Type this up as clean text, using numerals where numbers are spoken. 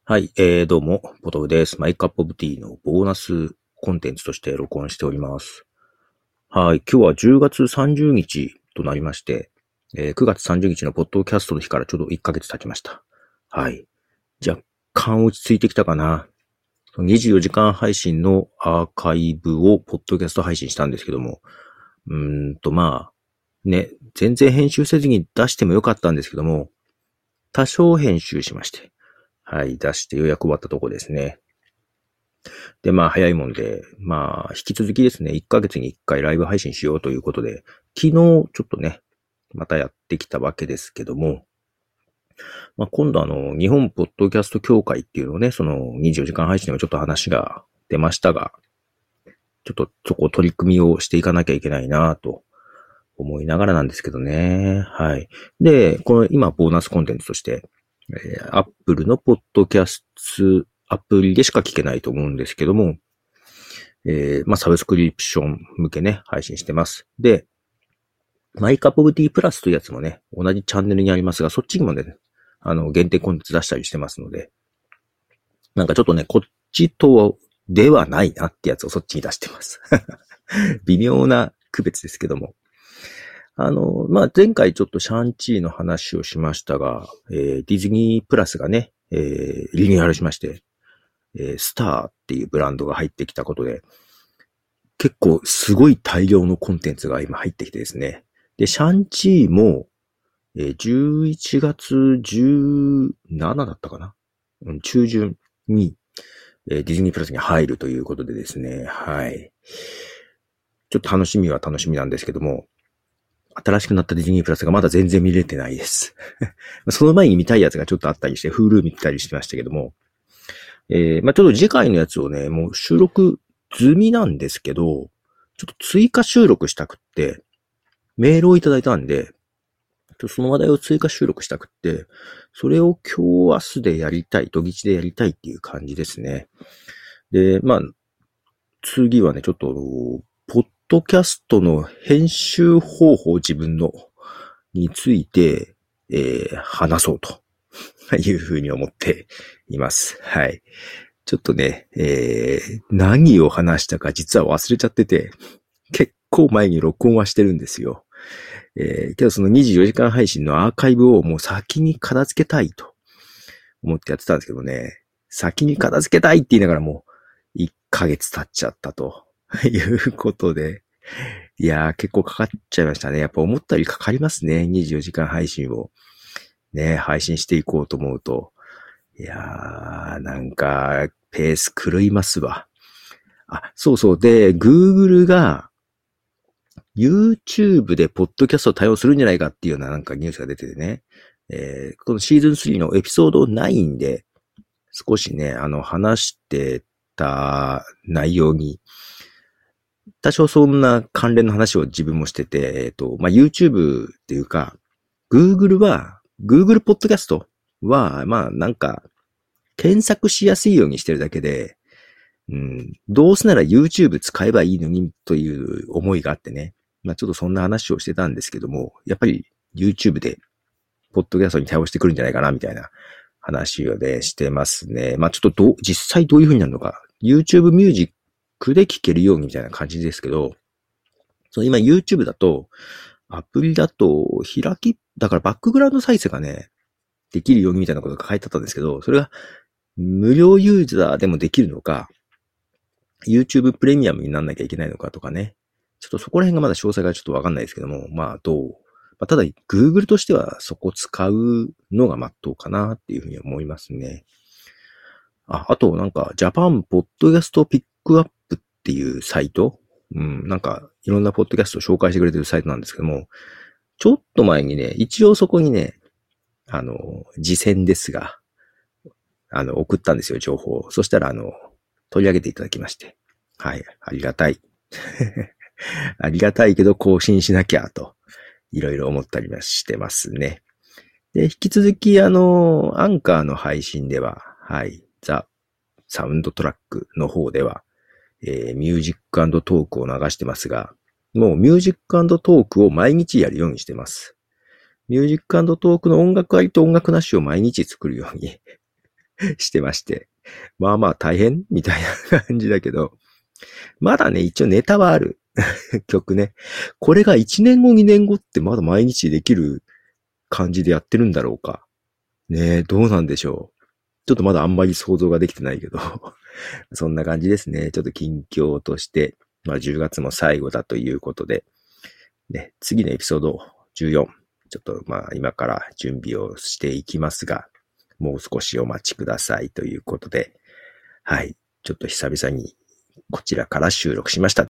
はい、どうも、ポトフです。マイカップオブティーのボーナスコンテンツとして録音しております。はい、今日は10月30日となりまして、9月30日のポッドキャストの日からちょうど1ヶ月経ちました。はい。若干落ち着いてきたかな。24時間配信のアーカイブをポッドキャスト配信したんですけども、まあ、ね、全然編集せずに出してもよかったんですけども、多少編集しまして、はい、出してようやく終わったとこですね。で、まあ、早いもんで、まあ、引き続きですね、1ヶ月に1回ライブ配信しようということで、昨日、ちょっとね、またやってきたわけですけども、まあ、今度日本ポッドキャスト協会っていうのをね、その24時間配信でもちょっと話が出ましたが、ちょっとそこ取り組みをしていかなきゃいけないなと思いながらなんですけどね。はい。で、この今、ボーナスコンテンツとして、Apple のポッドキャストアプリでしか聞けないと思うんですけども、まあ、サブスクリプション向けね、配信してます。で、マイカップオブティープラスというやつもね、同じチャンネルにありますが、そっちにもね、限定コンテンツ出したりしてますので、なんかちょっとね、こっちとではないなってやつをそっちに出してます。微妙な区別ですけども。まあ、前回ちょっとシャンチーの話をしましたが、ディズニープラスがね、リニューアルしまして、スターっていうブランドが入ってきたことで、結構すごい大量のコンテンツが今入ってきてですね。で、シャンチーも、11月17だったかな、中旬に、ディズニープラスに入るということでですね。はい。ちょっと楽しみは楽しみなんですけども、新しくなったディズニープラスがまだ全然見れてないです。その前に見たいやつがちょっとあったりして、Hulu 見たりしてましたけども、まあちょっと次回のやつをね、もう収録済みなんですけど、ちょっと追加収録したくって、メールをいただいたんで、その話題を追加収録したくって、それを今日明日でやりたい、土日でやりたいっていう感じですね。で、まあ、次はね、ちょっと、ポッドキャストの編集方法自分のについて、話そうというふうに思っています。はい。ちょっとね、何を話したか実は忘れちゃってて、結構前に録音はしてるんですよ。けどその24時間配信のアーカイブをもう先に片付けたいと思ってやってたんですけどね、先に片付けたいって言いながらもう1ヶ月経っちゃったということで、いやー結構かかっちゃいましたね。やっぱ思ったよりかかりますね。24時間配信をね、配信していこうと思うと。いやー、なんか、ペース狂いますわ。あ、そうそう。で、Google が YouTube でポッドキャストを対応するんじゃないかっていうようななんかニュースが出ててね。このシーズン3のエピソード9で少しね、話してた内容に、多少そんな関連の話を自分もしてて、まあ、YouTube っていうか、Google ポッドキャストは、まあ、なんか、検索しやすいようにしてるだけで、どうせなら YouTube 使えばいいのにという思いがあってね。まあちょっとそんな話をしてたんですけども、やっぱり YouTube でポッドキャストに対応してくるんじゃないかなみたいな話をね、してますね。まあちょっと実際どういう風になるのか、YouTube ミュージックで聴けるようにみたいな感じですけど、今 YouTube だと、アプリだとだからバックグラウンド再生がね、できるようにみたいなことが書いてあったんですけど、それが無料ユーザーでもできるのか、YouTube プレミアムになんなきゃいけないのかとかね。ちょっとそこら辺がまだ詳細がちょっとわかんないですけども、まあただ Google としてはそこ使うのが真っ当かなっていうふうに思いますね。あとなんか Japan Podcast Pick Up っていうサイト、なんかいろんなポッドキャストを紹介してくれてるサイトなんですけども、ちょっと前にね、一応そこにね、次戦ですが、送ったんですよ、情報を。そしたら取り上げていただきまして。はい、ありがたい。ありがたいけど更新しなきゃと、いろいろ思ったりはしてますね。で、引き続きアンカーの配信では、はい、ザ・サウンドトラックの方では、ミュージック&トークを流してますが、もうミュージック&トークを毎日やるようにしてます。ミュージック&トークの音楽ありと音楽なしを毎日作るようにしてまして。まあまあ大変みたいな感じだけど、まだね、一応ネタはある。曲ね。これが1年後、2年後ってまだ毎日できる感じでやってるんだろうか。ねえ、どうなんでしょう。ちょっとまだあんまり想像ができてないけど。そんな感じですね。ちょっと近況として、まあ10月も最後だということで、ね、次のエピソード14。ちょっとまあ今から準備をしていきますが、もう少しお待ちくださいということで、はい。ちょっと久々にこちらから収録しました。